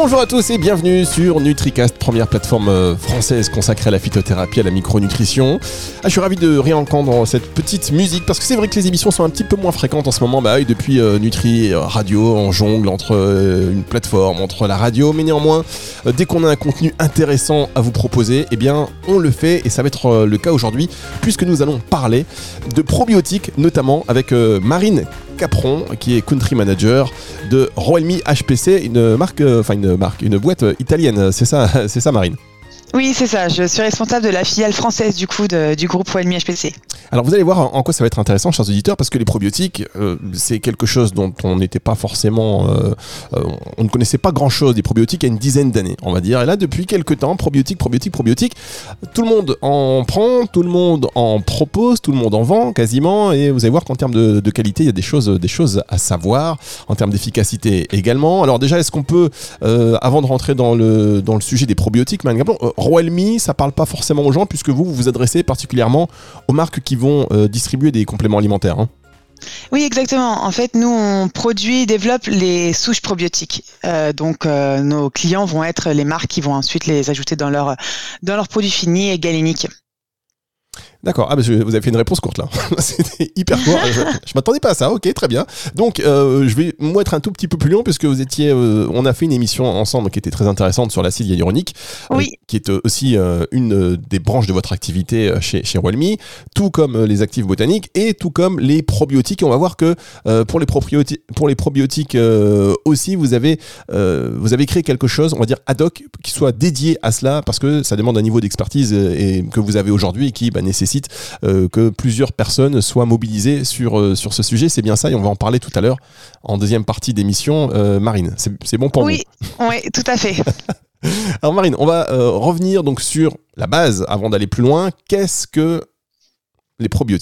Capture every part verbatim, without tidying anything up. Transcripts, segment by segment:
Bonjour à tous et bienvenue sur NutriCast, première plateforme française consacrée à la phytothérapie, à la micronutrition. Ah, je suis ravi de réentendre cette petite musique parce que c'est vrai que les émissions sont un petit peu moins fréquentes en ce moment. Bah, depuis euh, Nutri Radio, on jongle entre euh, une plateforme, entre la radio, mais néanmoins, euh, dès qu'on a un contenu intéressant à vous proposer, eh bien, on le fait et ça va être euh, le cas aujourd'hui puisque nous allons parler de probiotiques, notamment avec euh, Marine Capron, qui est country manager de Roelmi H P C, une marque, enfin une marque, une boîte italienne. C'est ça, c'est ça, Marine. Oui, c'est ça. Je suis responsable de la filiale française du coup de, du groupe Roelmi H P C. Alors vous allez voir en quoi ça va être intéressant, chers auditeurs, parce que les probiotiques, euh, c'est quelque chose dont on n'était pas forcément, euh, euh, on ne connaissait pas grand-chose des probiotiques il y a une dizaine d'années, on va dire. Et là, depuis quelques temps, probiotiques, probiotiques, probiotiques, tout le monde en prend, tout le monde en propose, tout le monde en vend quasiment. Et vous allez voir qu'en termes de, de qualité, il y a des choses, des choses à savoir, en termes d'efficacité également. Alors déjà, est-ce qu'on peut, euh, avant de rentrer dans le dans le sujet des probiotiques, Marine Capron, euh, Roelmi, ça parle pas forcément aux gens puisque vous vous vous adressez particulièrement aux marques qui vont euh, distribuer des compléments alimentaires. Hein. Oui, exactement. En fait, nous, on produit et développe les souches probiotiques. Euh, donc, euh, nos clients vont être les marques qui vont ensuite les ajouter dans leur dans leurs produits finis et galéniques. D'accord, ah, bah, je, vous avez fait une réponse courte là, c'était hyper court, je, je m'attendais pas à ça, ok, très bien. Donc euh, je vais moi être un tout petit peu plus long puisque vous étiez, euh, on a fait une émission ensemble qui était très intéressante sur l'acide hyaluronique, oui. euh, qui est aussi euh, une des branches de votre activité chez, chez Roelmi, tout comme euh, les actifs botaniques et tout comme les probiotiques. Et on va voir que euh, pour les, proprioti- pour les probiotiques euh, aussi, vous avez, euh, vous avez créé quelque chose, on va dire ad hoc, qui soit dédié à cela parce que ça demande un niveau d'expertise et, que vous avez aujourd'hui et qui bah, nécessite Euh, que plusieurs personnes soient mobilisées sur, euh, sur ce sujet. C'est bien ça et on va en parler tout à l'heure en deuxième partie d'émission. euh, Marine, c'est, c'est bon pour oui, vous? Oui, tout à fait. Alors Marine, on va euh, revenir donc sur la base avant d'aller plus loin. Qu'est-ce que les probiotiques ?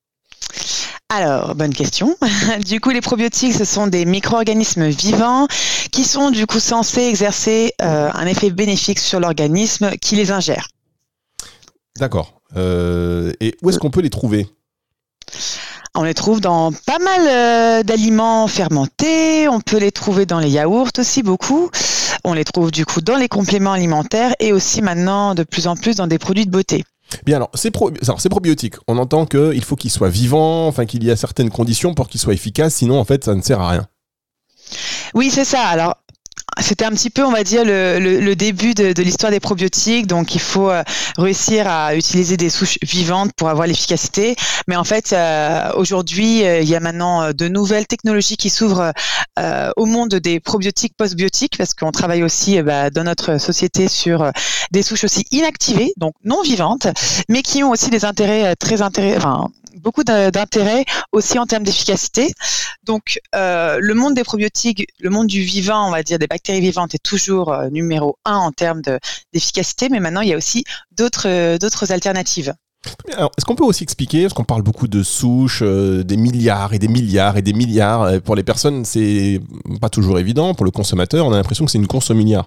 Alors, bonne question. Du coup, les probiotiques, ce sont des micro-organismes vivants qui sont du coup censés exercer euh, un effet bénéfique sur l'organisme qui les ingère. D'accord. Euh, et où est-ce qu'on peut les trouver ? On les trouve dans pas mal euh, d'aliments fermentés, on peut les trouver dans les yaourts aussi beaucoup, on les trouve du coup dans les compléments alimentaires et aussi maintenant de plus en plus dans des produits de beauté. Bien alors, ces, pro- alors, ces probiotiques, on entend qu'il faut qu'ils soient vivants, enfin qu'il y a certaines conditions pour qu'ils soient efficaces, sinon en fait ça ne sert à rien. Oui, c'est ça. Alors, c'était un petit peu, on va dire, le, le, le début de, de l'histoire des probiotiques. Donc, il faut euh, réussir à utiliser des souches vivantes pour avoir l'efficacité. Mais en fait, euh, aujourd'hui, euh, il y a maintenant de nouvelles technologies qui s'ouvrent euh, au monde des probiotiques postbiotiques parce qu'on travaille aussi euh, bah, dans notre société sur euh, des souches aussi inactivées, donc non vivantes, mais qui ont aussi des intérêts euh, très intéressants. Enfin, beaucoup d'intérêt aussi en termes d'efficacité. Donc, euh, le monde des probiotiques, le monde du vivant, on va dire des bactéries vivantes, est toujours euh, numéro un en termes de, d'efficacité, mais maintenant, il y a aussi d'autres, euh, d'autres alternatives. Alors, est-ce qu'on peut aussi expliquer, parce qu'on parle beaucoup de souches, euh, des milliards et des milliards et des milliards, pour les personnes, c'est pas toujours évident, pour le consommateur, on a l'impression que c'est une course aux milliards.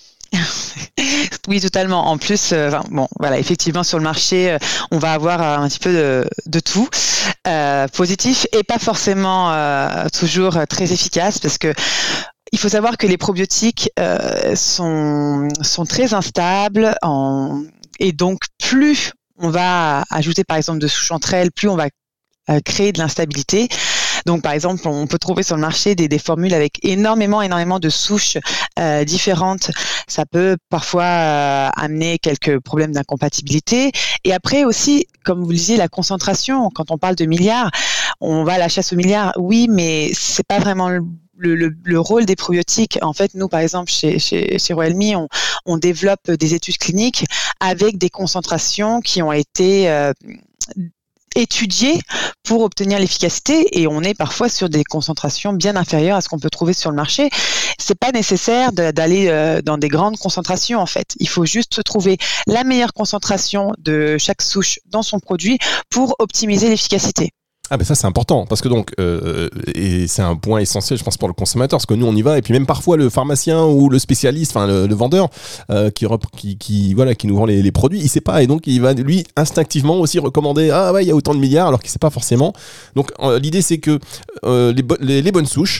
Oui, totalement. En plus, euh, enfin, bon, voilà, effectivement, sur le marché, euh, on va avoir euh, un petit peu de, de tout, euh, positif et pas forcément euh, toujours très efficace, parce que il faut savoir que les probiotiques euh, sont sont très instables, en, et donc plus on va ajouter par exemple de souches entre elles, plus on va euh, créer de l'instabilité. Donc, par exemple, on peut trouver sur le marché des, des formules avec énormément, énormément de souches euh, différentes. Ça peut parfois euh, amener quelques problèmes d'incompatibilité. Et après aussi, comme vous le disiez, la concentration. Quand on parle de milliards, on va à la chasse aux milliards. Oui, mais c'est pas vraiment le Le, le, le rôle des probiotiques. En fait, nous, par exemple, chez, chez, chez Roelmi, on, on développe des études cliniques avec des concentrations qui ont été euh, étudiées pour obtenir l'efficacité, et on est parfois sur des concentrations bien inférieures à ce qu'on peut trouver sur le marché. C'est pas nécessaire de, d'aller euh, dans des grandes concentrations, en fait. Il faut juste trouver la meilleure concentration de chaque souche dans son produit pour optimiser l'efficacité. Ah ben ça c'est important parce que donc euh, et c'est un point essentiel je pense pour le consommateur, parce que nous on y va et puis même parfois le pharmacien ou le spécialiste, enfin le, le vendeur euh, qui, qui qui voilà qui nous vend les, les produits, il sait pas, et donc il va lui instinctivement aussi recommander ah ouais il y a autant de milliards alors qu'il sait pas forcément. Donc euh, l'idée c'est que euh, les, bo- les les bonnes souches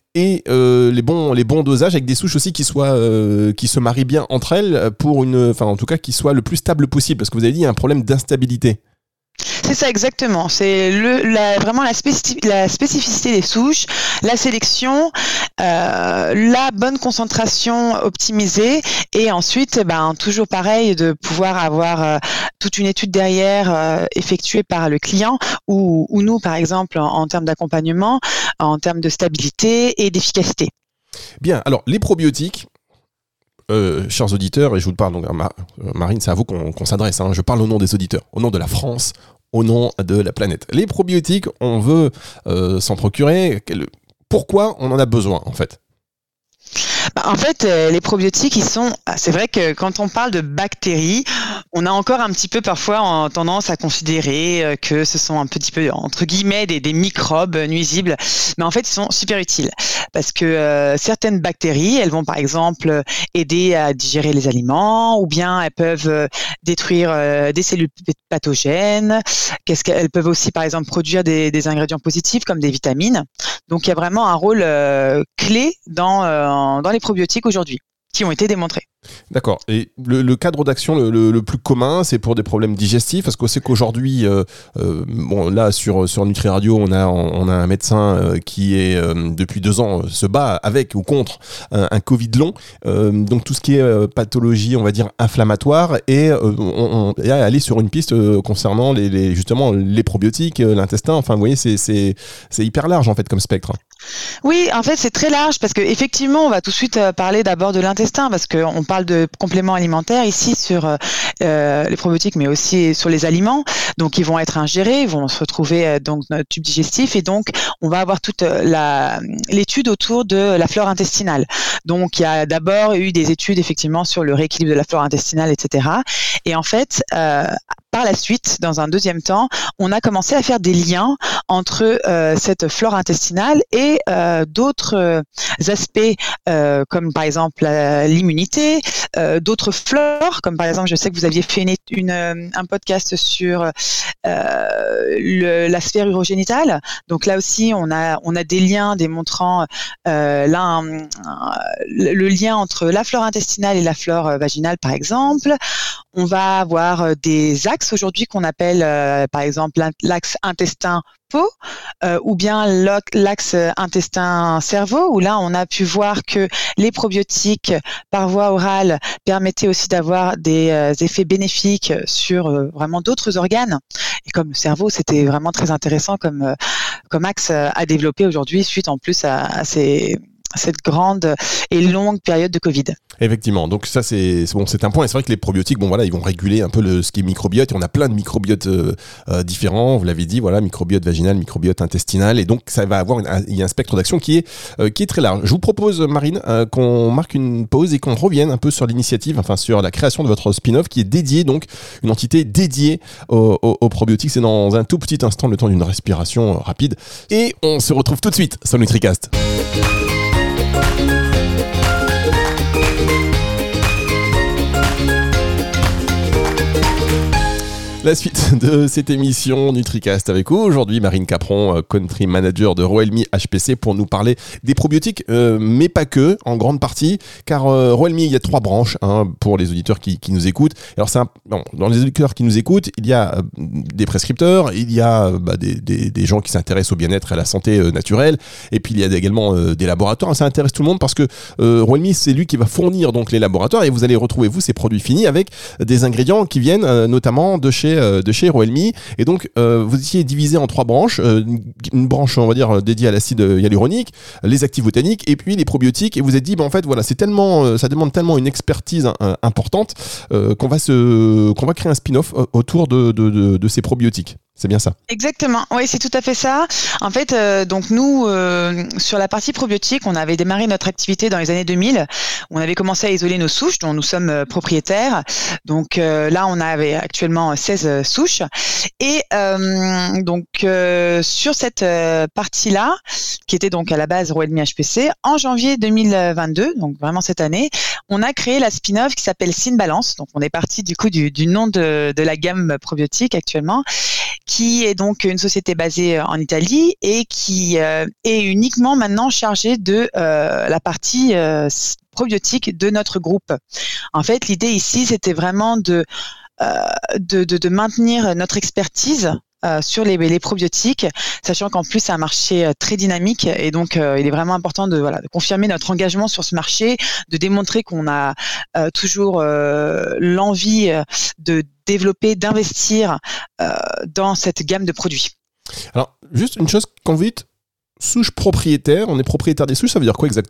et euh, les bons les bons dosages avec des souches aussi qui soient euh, qui se marient bien entre elles pour une enfin en tout cas qui soient le plus stable possible parce que vous avez dit il y a un problème d'instabilité. C'est ça exactement, c'est le, la, vraiment la, spécif- la spécificité des souches, la sélection, euh, la bonne concentration optimisée et ensuite ben, toujours pareil de pouvoir avoir euh, toute une étude derrière euh, effectuée par le client ou, ou nous par exemple en, en termes d'accompagnement, en termes de stabilité et d'efficacité. Bien, alors les probiotiques, Euh, chers auditeurs, et je vous parle, donc, Ma- Marine, c'est à vous qu'on, qu'on s'adresse, hein. Je parle au nom des auditeurs, au nom de la France, au nom de la planète. Les probiotiques, on veut euh, s'en procurer. Pourquoi on en a besoin, en fait ? En fait, euh, les probiotiques, ils sont. C'est vrai que quand on parle de bactéries, on a encore un petit peu parfois en tendance à considérer euh, que ce sont un petit peu entre guillemets des, des microbes nuisibles, mais en fait, ils sont super utiles parce que euh, certaines bactéries, elles vont par exemple aider à digérer les aliments, ou bien elles peuvent euh, détruire euh, des cellules pathogènes. Qu'est-ce qu'elles peuvent aussi, par exemple, produire des, des ingrédients positifs comme des vitamines. Donc, il y a vraiment un rôle euh, clé dans euh, dans les probiotiques aujourd'hui, qui ont été démontrés. D'accord. Et le, le cadre d'action le, le, le plus commun, c'est pour des problèmes digestifs, parce qu'on sait qu'aujourd'hui, euh, euh, bon, là sur sur Nutri Radio, on a on a un médecin euh, qui est euh, depuis deux ans euh, se bat avec ou contre un, un Covid long, euh, donc tout ce qui est euh, pathologie, on va dire inflammatoire, et euh, on, on est allé sur une piste euh, concernant les, les justement les probiotiques, euh, l'intestin. Enfin, vous voyez, c'est c'est c'est hyper large en fait comme spectre. Oui, en fait, c'est très large parce que effectivement, on va tout de suite parler d'abord de l'intestin parce qu'on parle de compléments alimentaires ici sur euh, les probiotiques, mais aussi sur les aliments. Donc, ils vont être ingérés, ils vont se retrouver dans notre tube digestif et donc, on va avoir toute la, l'étude autour de la flore intestinale. Donc, il y a d'abord eu des études effectivement sur le rééquilibre de la flore intestinale, et cetera. Et en fait, euh, par la suite, dans un deuxième temps, on a commencé à faire des liens entre euh, cette flore intestinale et euh, d'autres euh, aspects, euh, comme par exemple la, l'immunité, euh, d'autres flores, comme par exemple, je sais que vous aviez fait une, une, un podcast sur euh, le, la sphère urogénitale. Donc là aussi, on a, on a des liens démontrant euh, là, un, un, le lien entre la flore intestinale et la flore vaginale, par exemple. On va avoir des axes aujourd'hui qu'on appelle, euh, par exemple, l'axe intestin-peau euh, ou bien l'axe intestin-cerveau, où là, on a pu voir que les probiotiques par voie orale permettaient aussi d'avoir des euh, effets bénéfiques sur euh, vraiment d'autres organes. Et comme le cerveau, c'était vraiment très intéressant comme, euh, comme axe à développer aujourd'hui, suite en plus à, à ces... cette grande et longue période de Covid. Effectivement, donc ça c'est, c'est bon, c'est un point. Et c'est vrai que les probiotiques, bon voilà, ils vont réguler un peu le ce qui est microbiote. Et on a plein de microbiotes euh, euh, différents. Vous l'avez dit, voilà, microbiote vaginal, microbiote intestinal, et donc ça va avoir une, un, il y a un spectre d'action qui est euh, qui est très large. Je vous propose, Marine, euh, qu'on marque une pause et qu'on revienne un peu sur l'initiative, enfin sur la création de votre spin-off qui est dédiée, donc une entité dédiée aux, aux, aux probiotiques. C'est dans un tout petit instant, le temps d'une respiration rapide, et on se retrouve tout de suite sur NutriCast. La suite de cette émission NutriCast avec vous. Aujourd'hui, Marine Capron, Country Manager de Roelmi H P C, pour nous parler des probiotiques, euh, mais pas que, en grande partie, car euh, Roelmi, il y a trois branches hein, pour les auditeurs qui, qui nous écoutent. Alors, c'est un, bon, dans les auditeurs qui nous écoutent, il y a euh, des prescripteurs, il y a euh, bah, des, des, des gens qui s'intéressent au bien-être et à la santé euh, naturelle, et puis il y a également euh, des laboratoires. Ça intéresse tout le monde parce que euh, Roelmi, c'est lui qui va fournir donc les laboratoires, et vous allez retrouver, vous, ces produits finis avec des ingrédients qui viennent euh, notamment de chez de chez Roelmi. Et donc euh, vous étiez divisé en trois branches, euh, une branche on va dire dédiée à l'acide hyaluronique, les actifs botaniques et puis les probiotiques, et vous êtes dit bah, en fait voilà, c'est tellement euh, ça demande tellement une expertise euh, importante euh, qu'on va se qu'on va créer un spin-off autour de, de, de, de ces probiotiques. C'est bien ça. Exactement. Oui, c'est tout à fait ça. En fait, euh, donc nous, euh, sur la partie probiotique, on avait démarré notre activité dans les années deux mille. On avait commencé à isoler nos souches, dont nous sommes euh, propriétaires. Donc euh, là, on avait actuellement seize euh, souches. Et euh, donc euh, sur cette euh, partie-là, qui était donc à la base Roelmi H P C, en janvier deux mille vingt-deux, donc vraiment cette année, on a créé la spin-off qui s'appelle Synbalance. Donc on est parti du coup du, du nom de, de la gamme probiotique actuellement, qui est donc une société basée en Italie et qui euh, est uniquement maintenant chargée de euh, la partie euh, probiotique de notre groupe. En fait, l'idée ici, c'était vraiment de, euh, de, de, de maintenir notre expertise Euh, sur les, les probiotiques, sachant qu'en plus c'est un marché euh, très dynamique et donc euh, il est vraiment important de, voilà, de confirmer notre engagement sur ce marché, de démontrer qu'on a euh, toujours euh, l'envie euh, de développer, d'investir euh, dans cette gamme de produits. Alors, juste une chose, quand vous dites souche propriétaire, on est propriétaire des souches, ça veut dire quoi exactement ?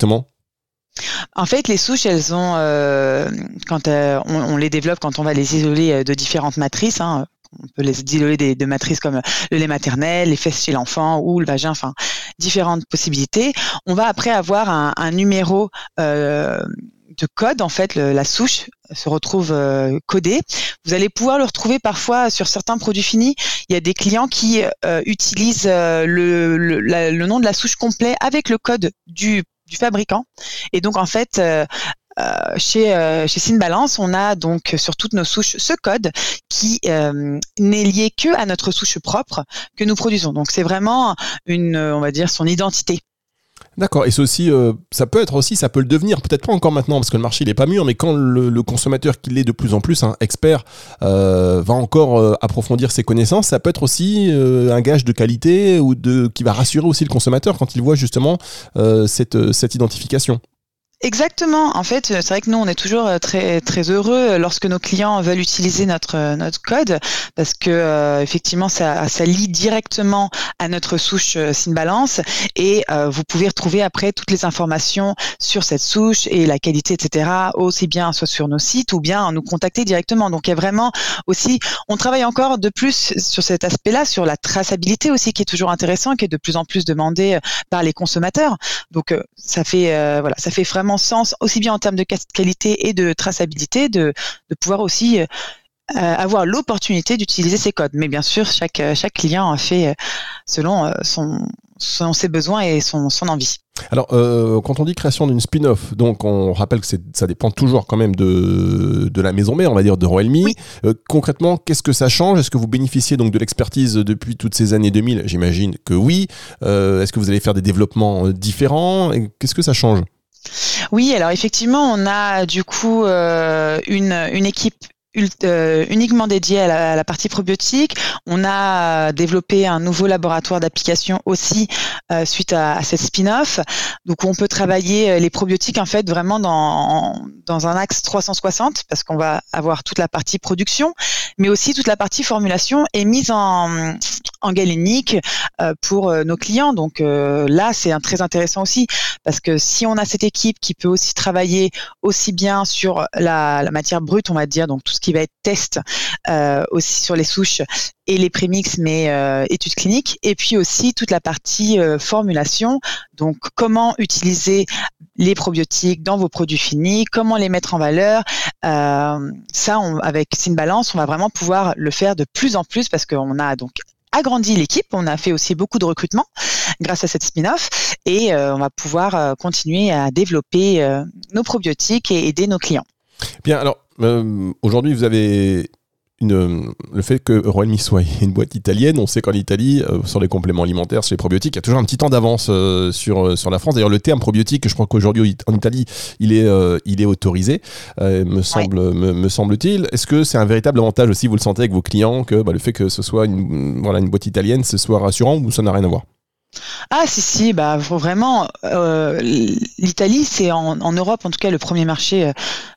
En fait, les souches, elles ont, euh, quand euh, on, on les développe, quand on va les isoler de différentes matrices, hein, on peut les isoler des, de matrices comme le lait maternel, les fesses chez l'enfant ou le vagin, enfin différentes possibilités. On va après avoir un, un numéro euh, de code, en fait, le, la souche se retrouve euh, codée. Vous allez pouvoir le retrouver parfois sur certains produits finis. Il y a des clients qui euh, utilisent euh, le, le, la, le nom de la souche complet avec le code du, du fabricant. Et donc, en fait, euh, Euh, chez euh, chez Synbalance, on a donc sur toutes nos souches ce code qui euh, n'est lié que à notre souche propre que nous produisons. Donc c'est vraiment une, on va dire, son identité. D'accord, et ceci, euh, ça peut être aussi, ça peut le devenir, peut-être pas encore maintenant parce que le marché il est pas mûr, mais quand le, le consommateur qui l'est de plus en plus, un hein, expert, euh, va encore euh, approfondir ses connaissances, ça peut être aussi euh, un gage de qualité ou de qui va rassurer aussi le consommateur quand il voit justement euh, cette cette identification. Exactement. En fait, c'est vrai que nous, on est toujours très très heureux lorsque nos clients veulent utiliser notre notre code parce que euh, effectivement, ça ça lie directement à notre souche Synbalance et euh, vous pouvez retrouver après toutes les informations sur cette souche et la qualité, et cetera. Aussi bien soit sur nos sites ou bien nous contacter directement. Donc, il y a vraiment aussi, on travaille encore de plus sur cet aspect-là, sur la traçabilité aussi, qui est toujours intéressant, qui est de plus en plus demandé par les consommateurs. Donc, euh, ça fait euh, voilà, ça fait vraiment sens, aussi bien en termes de qualité et de traçabilité, de, de pouvoir aussi euh, avoir l'opportunité d'utiliser ces codes. Mais bien sûr, chaque, chaque client fait selon, euh, son, selon ses besoins et son, son envie. Alors, euh, quand on dit création d'une spin-off, donc on rappelle que c'est, ça dépend toujours quand même de, de la maison mère, on va dire, de Royal Me. Oui. Euh, concrètement, qu'est-ce que ça change ? Est-ce que vous bénéficiez donc de l'expertise depuis toutes ces années deux mille ? J'imagine que oui. Euh, est-ce que vous allez faire des développements différents ? Et qu'est-ce que ça change ? Oui, alors effectivement, on a du coup euh, une, une équipe Euh, uniquement dédié à la, à la partie probiotique. On a développé un nouveau laboratoire d'application aussi euh, suite à, à cette spin-off. Donc, on peut travailler les probiotiques en fait vraiment dans, dans un axe trois cent soixante parce qu'on va avoir toute la partie production, mais aussi toute la partie formulation et mise en, en galénique euh, pour nos clients. Donc euh, là, c'est un, très intéressant aussi parce que si on a cette équipe qui peut aussi travailler aussi bien sur la, la matière brute, on va dire, donc tout ce qui va être test euh, aussi sur les souches et les prémix, mais euh, études cliniques, et puis aussi toute la partie euh, formulation, donc comment utiliser les probiotiques dans vos produits finis, comment les mettre en valeur. Euh, ça, on, avec Synbalance, on va vraiment pouvoir le faire de plus en plus parce qu'on a donc agrandi l'équipe, on a fait aussi beaucoup de recrutement grâce à cette spin-off et euh, on va pouvoir euh, continuer à développer euh, nos probiotiques et aider nos clients. Bien, alors euh, aujourd'hui vous avez une, le fait que Royal Me soit une boîte italienne, on sait qu'en Italie, euh, sur les compléments alimentaires, sur les probiotiques, il y a toujours un petit temps d'avance euh, sur, euh, sur la France. D'ailleurs, le terme probiotique, je crois qu'aujourd'hui en Italie, il est, euh, il est autorisé, euh, me, semble, ouais. me, me semble-t-il. Est-ce que c'est un véritable avantage aussi, vous le sentez avec vos clients, que bah, le fait que ce soit une, voilà, une boîte italienne, ce soit rassurant ou ça n'a rien à voir ? Ah si si bah vraiment euh, l'Italie c'est en, en Europe en tout cas le premier marché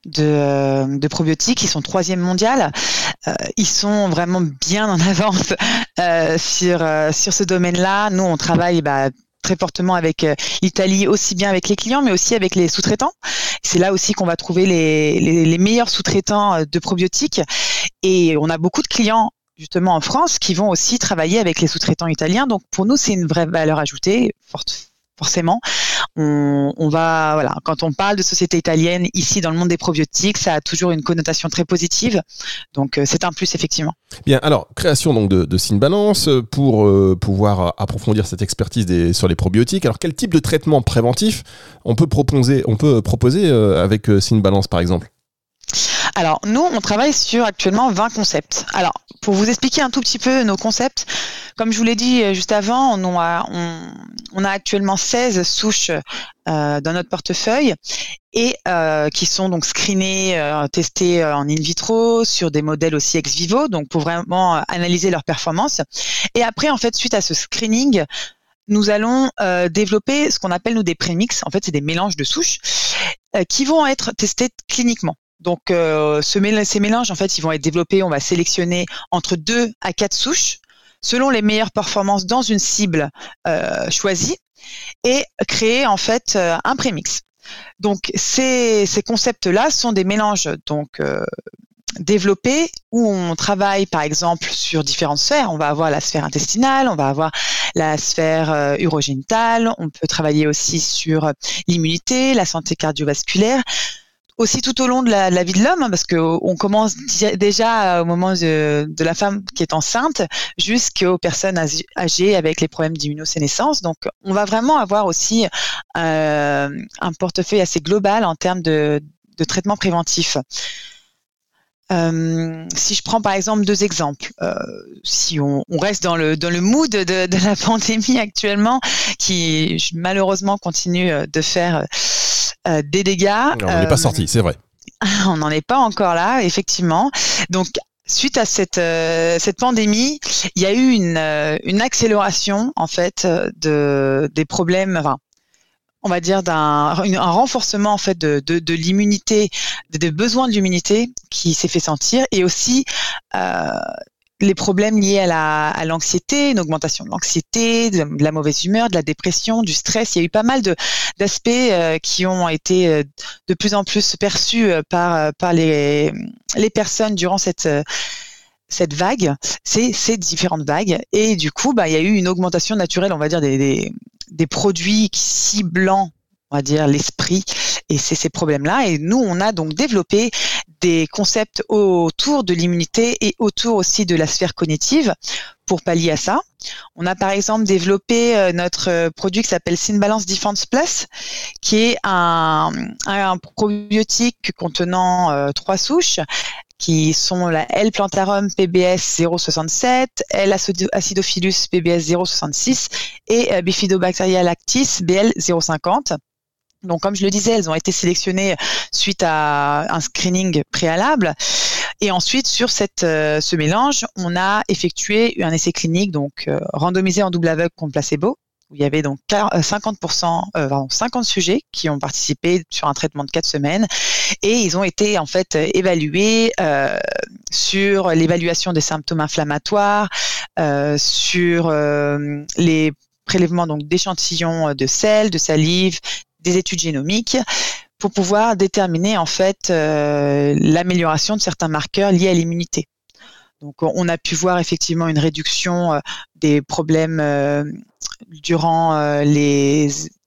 de, de probiotiques, ils sont troisième mondial, euh, ils sont vraiment bien en avance euh, sur euh, sur ce domaine-là. Nous on travaille bah, très fortement avec l'Italie, aussi bien avec les clients mais aussi avec les sous-traitants. C'est là aussi qu'on va trouver les, les, les meilleurs sous-traitants de probiotiques et on a beaucoup de clients justement en France, qui vont aussi travailler avec les sous-traitants italiens. Donc pour nous, c'est une vraie valeur ajoutée, forcément. On, on va, voilà, quand on parle de société italienne ici dans le monde des probiotiques, ça a toujours une connotation très positive. Donc c'est un plus effectivement. Bien, alors création donc de, de Synbalance pour euh, pouvoir approfondir cette expertise des, sur les probiotiques. Alors quel type de traitement préventif on peut proposer, on peut proposer euh, avec euh, Synbalance par exemple ? Alors, nous, on travaille sur actuellement vingt concepts. Alors, pour vous expliquer un tout petit peu nos concepts, comme je vous l'ai dit juste avant, on a, on, on a actuellement seize souches euh, dans notre portefeuille et euh, qui sont donc screenées, euh, testées en in vitro sur des modèles aussi ex vivo, donc pour vraiment analyser leur performance. Et après, en fait, suite à ce screening, nous allons euh, développer ce qu'on appelle nous des prémix. En fait, c'est des mélanges de souches euh, qui vont être testés cliniquement. Donc, euh, ce mél- ces mélanges, en fait, ils vont être développés. On va sélectionner entre deux à quatre souches selon les meilleures performances dans une cible euh, choisie et créer en fait euh, un prémix. Donc, ces, ces concepts-là sont des mélanges donc euh, développés où on travaille par exemple sur différentes sphères. On va avoir la sphère intestinale, on va avoir la sphère euh, urogénitale, on peut travailler aussi sur l'immunité, la santé cardiovasculaire, aussi tout au long de la, de la vie de l'homme, hein, parce qu'on commence di- déjà au moment de, de la femme qui est enceinte jusqu'aux personnes âgées, âgées avec les problèmes d'immunosénescence. Donc, on va vraiment avoir aussi euh, un portefeuille assez global en termes de, de traitement préventif. Euh, si je prends par exemple deux exemples, euh, si on, on reste dans le dans le mood de, de la pandémie actuellement, qui malheureusement continue de faire euh, des dégâts. Alors, on n'est euh, pas sorti, c'est vrai. On n'en est pas encore là, effectivement. Donc, suite à cette euh, cette pandémie, il y a eu une euh, une accélération en fait de des problèmes. Enfin, on va dire d'un un renforcement en fait de de, de l'immunité, des de besoins de l'immunité qui s'est fait sentir, et aussi euh, les problèmes liés à la à l'anxiété, une augmentation de l'anxiété, de, de la mauvaise humeur, de la dépression, du stress. Il y a eu pas mal de d'aspects euh, qui ont été euh, de plus en plus perçus euh, par par les les personnes durant cette euh, cette vague, ces, ces différentes vagues. Et du coup, bah, il y a eu une augmentation naturelle, on va dire, des, des, des produits ciblant, on va dire, l'esprit. Et c'est ces problèmes-là. Et nous, on a donc développé des concepts autour de l'immunité et autour aussi de la sphère cognitive pour pallier à ça. On a par exemple développé notre produit qui s'appelle Synbalance Defense Plus, qui est un, un probiotique contenant euh, trois souches, qui sont la L. plantarum P B S zéro soixante-sept, L. acidophilus P B S zéro soixante-six et Bifidobacteria lactis B L zéro cinquante. Donc, comme je le disais, elles ont été sélectionnées suite à un screening préalable. Et ensuite, sur cette, euh, ce mélange, on a effectué un essai clinique, donc euh, randomisé en double aveugle contre placebo, où il y avait donc cinquante pour cent, euh, pardon, cinquante sujets qui ont participé sur un traitement de quatre semaines, et ils ont été en fait évalués euh, sur l'évaluation des symptômes inflammatoires, euh, sur euh, les prélèvements donc d'échantillons de sel, de salive, des études génomiques, pour pouvoir déterminer en fait euh, l'amélioration de certains marqueurs liés à l'immunité. Donc, on a pu voir effectivement une réduction euh, des problèmes euh, durant euh, les,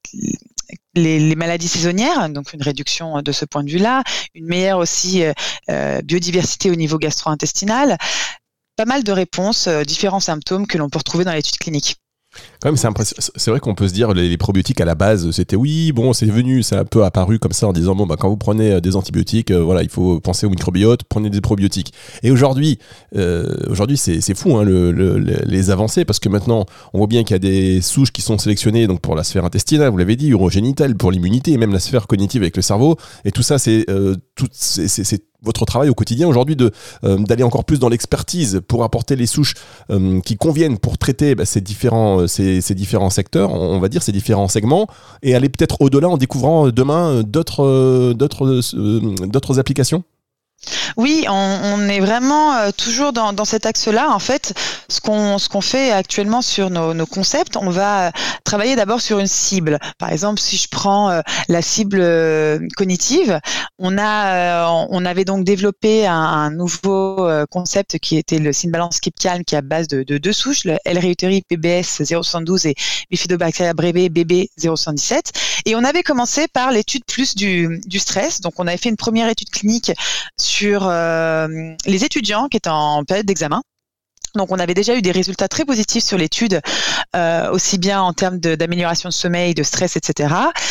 les les maladies saisonnières, donc une réduction de ce point de vue-là, une meilleure aussi euh, biodiversité au niveau gastro-intestinal, pas mal de réponses, euh, différents symptômes que l'on peut retrouver dans l'étude clinique. Quand même, c'est impressionnant. C'est vrai qu'on peut se dire les, les probiotiques à la base, c'était oui, bon, c'est venu, c'est un peu apparu comme ça en disant bon bah quand vous prenez des antibiotiques, euh, voilà, il faut penser au microbiote, prenez des probiotiques. Et aujourd'hui, euh, aujourd'hui c'est c'est fou hein, le, le, les avancées, parce que maintenant on voit bien qu'il y a des souches qui sont sélectionnées donc pour la sphère intestinale, vous l'avez dit, urogénitale pour l'immunité, et même la sphère cognitive avec le cerveau. Et tout ça, c'est euh, tout, c'est, c'est, c'est votre travail au quotidien aujourd'hui de euh, d'aller encore plus dans l'expertise pour apporter les souches euh, qui conviennent pour traiter bah, ces différents ces, ces différents secteurs, on va dire ces différents segments, et aller peut-être au-delà en découvrant demain d'autres euh, d'autres euh, d'autres applications. Oui, on, on est vraiment euh, toujours dans, dans cet axe-là. En fait, ce qu'on ce qu'on fait actuellement sur nos, nos concepts, on va travailler d'abord sur une cible. Par exemple, si je prends euh, la cible euh, cognitive, on a euh, on avait donc développé un, un nouveau euh, concept qui était le Synbalance Keep Calm, qui est à base de, de deux souches, le L. reuteri P B S zéro soixante-douze et Bifidobacteria breve B B zéro soixante-dix-sept. Et on avait commencé par l'étude plus du, du stress. Donc, on avait fait une première étude clinique sur euh, les étudiants qui étaient en période d'examen. Donc, on avait déjà eu des résultats très positifs sur l'étude, euh, aussi bien en termes de, d'amélioration de sommeil, de stress, et cetera.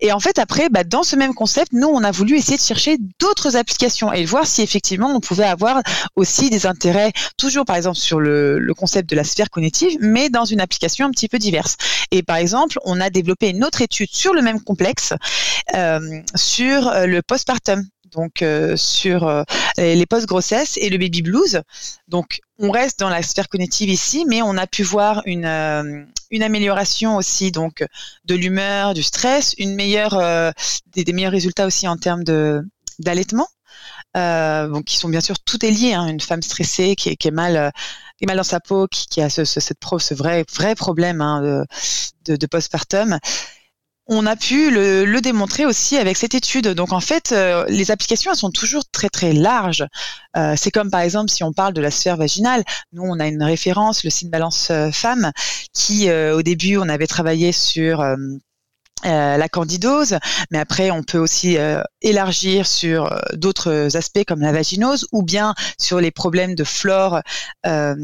Et en fait, après, bah, dans ce même concept, nous, on a voulu essayer de chercher d'autres applications et voir si effectivement on pouvait avoir aussi des intérêts, toujours par exemple sur le, le concept de la sphère cognitive, mais dans une application un petit peu diverse. Et par exemple, on a développé une autre étude sur le même complexe, euh, sur le postpartum. Donc euh, sur euh, les post-grossesses et le baby blues. Donc on reste dans la sphère cognitive ici, mais on a pu voir une euh, une amélioration aussi donc de l'humeur, du stress, une meilleure euh, des, des meilleurs résultats aussi en termes de d'allaitement. Euh, donc qui sont bien sûr tout est lié. Hein, une femme stressée qui est, qui est mal euh, qui est mal dans sa peau, qui, qui a ce, ce cette pro, ce vrai vrai problème hein, de, de, de postpartum. On a pu le, le démontrer aussi avec cette étude. Donc en fait, euh, les applications elles sont toujours très très larges. Euh, c'est comme par exemple si on parle de la sphère vaginale. Nous, on a une référence, le Syn Balance euh, Femme, qui euh, au début on avait travaillé sur euh, euh, la candidose, mais après on peut aussi euh, élargir sur euh, d'autres aspects comme la vaginose ou bien sur les problèmes de flore euh,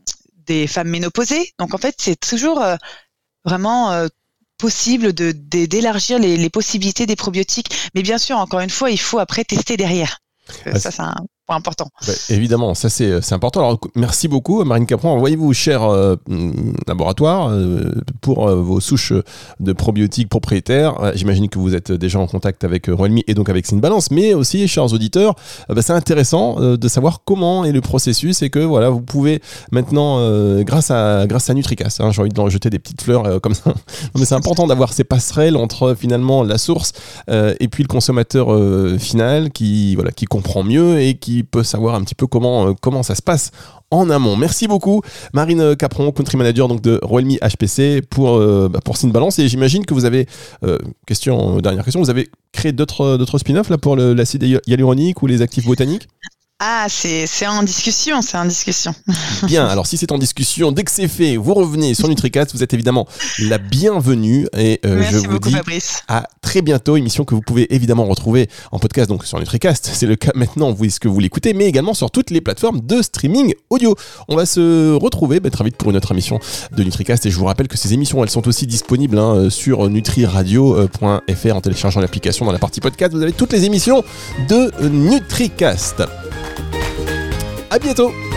des femmes ménopausées. Donc en fait, c'est toujours euh, vraiment euh, possible de, de d'élargir les, les possibilités des probiotiques, mais bien sûr encore une fois il faut après tester derrière. Ah, ça c'est un point important. Bah, évidemment, ça c'est, c'est important. Alors merci beaucoup Marine Capron. Envoyez-vous cher euh, laboratoire euh, pour euh, vos souches de probiotiques propriétaires. Euh, j'imagine que vous êtes déjà en contact avec euh, Roelmi et donc avec Syn Balance, mais aussi chers auditeurs, euh, bah, c'est intéressant euh, de savoir comment est le processus et que voilà vous pouvez maintenant euh, grâce à grâce à NutriCast, hein, j'ai envie de leur jeter des petites fleurs euh, comme ça. Non, mais c'est important d'avoir ces passerelles entre finalement la source euh, et puis le consommateur euh, final qui voilà qui comprend mieux et qui peut savoir un petit peu comment, euh, comment ça se passe en amont. Merci beaucoup Marine Capron, country manager donc de Roelmi H P C pour, euh, bah, pour Syn Balance. Et j'imagine que vous avez, euh, question, dernière question, vous avez créé d'autres, d'autres spin-offs là, pour le, l'acide hyaluronique ou les actifs botaniques? Ah, c'est, c'est en discussion, c'est en discussion. Bien, alors si c'est en discussion, dès que c'est fait, vous revenez sur NutriCast, vous êtes évidemment la bienvenue et euh, Merci je vous beaucoup, dis Fabrice. À très bientôt, émission que vous pouvez évidemment retrouver en podcast donc sur NutriCast, c'est le cas maintenant, vous est-ce que vous l'écoutez, mais également sur toutes les plateformes de streaming audio. On va se retrouver bah, très vite pour une autre émission de NutriCast et je vous rappelle que ces émissions, elles sont aussi disponibles hein, sur nutriradio point f r en téléchargeant l'application dans la partie podcast, vous avez toutes les émissions de NutriCast. À bientôt.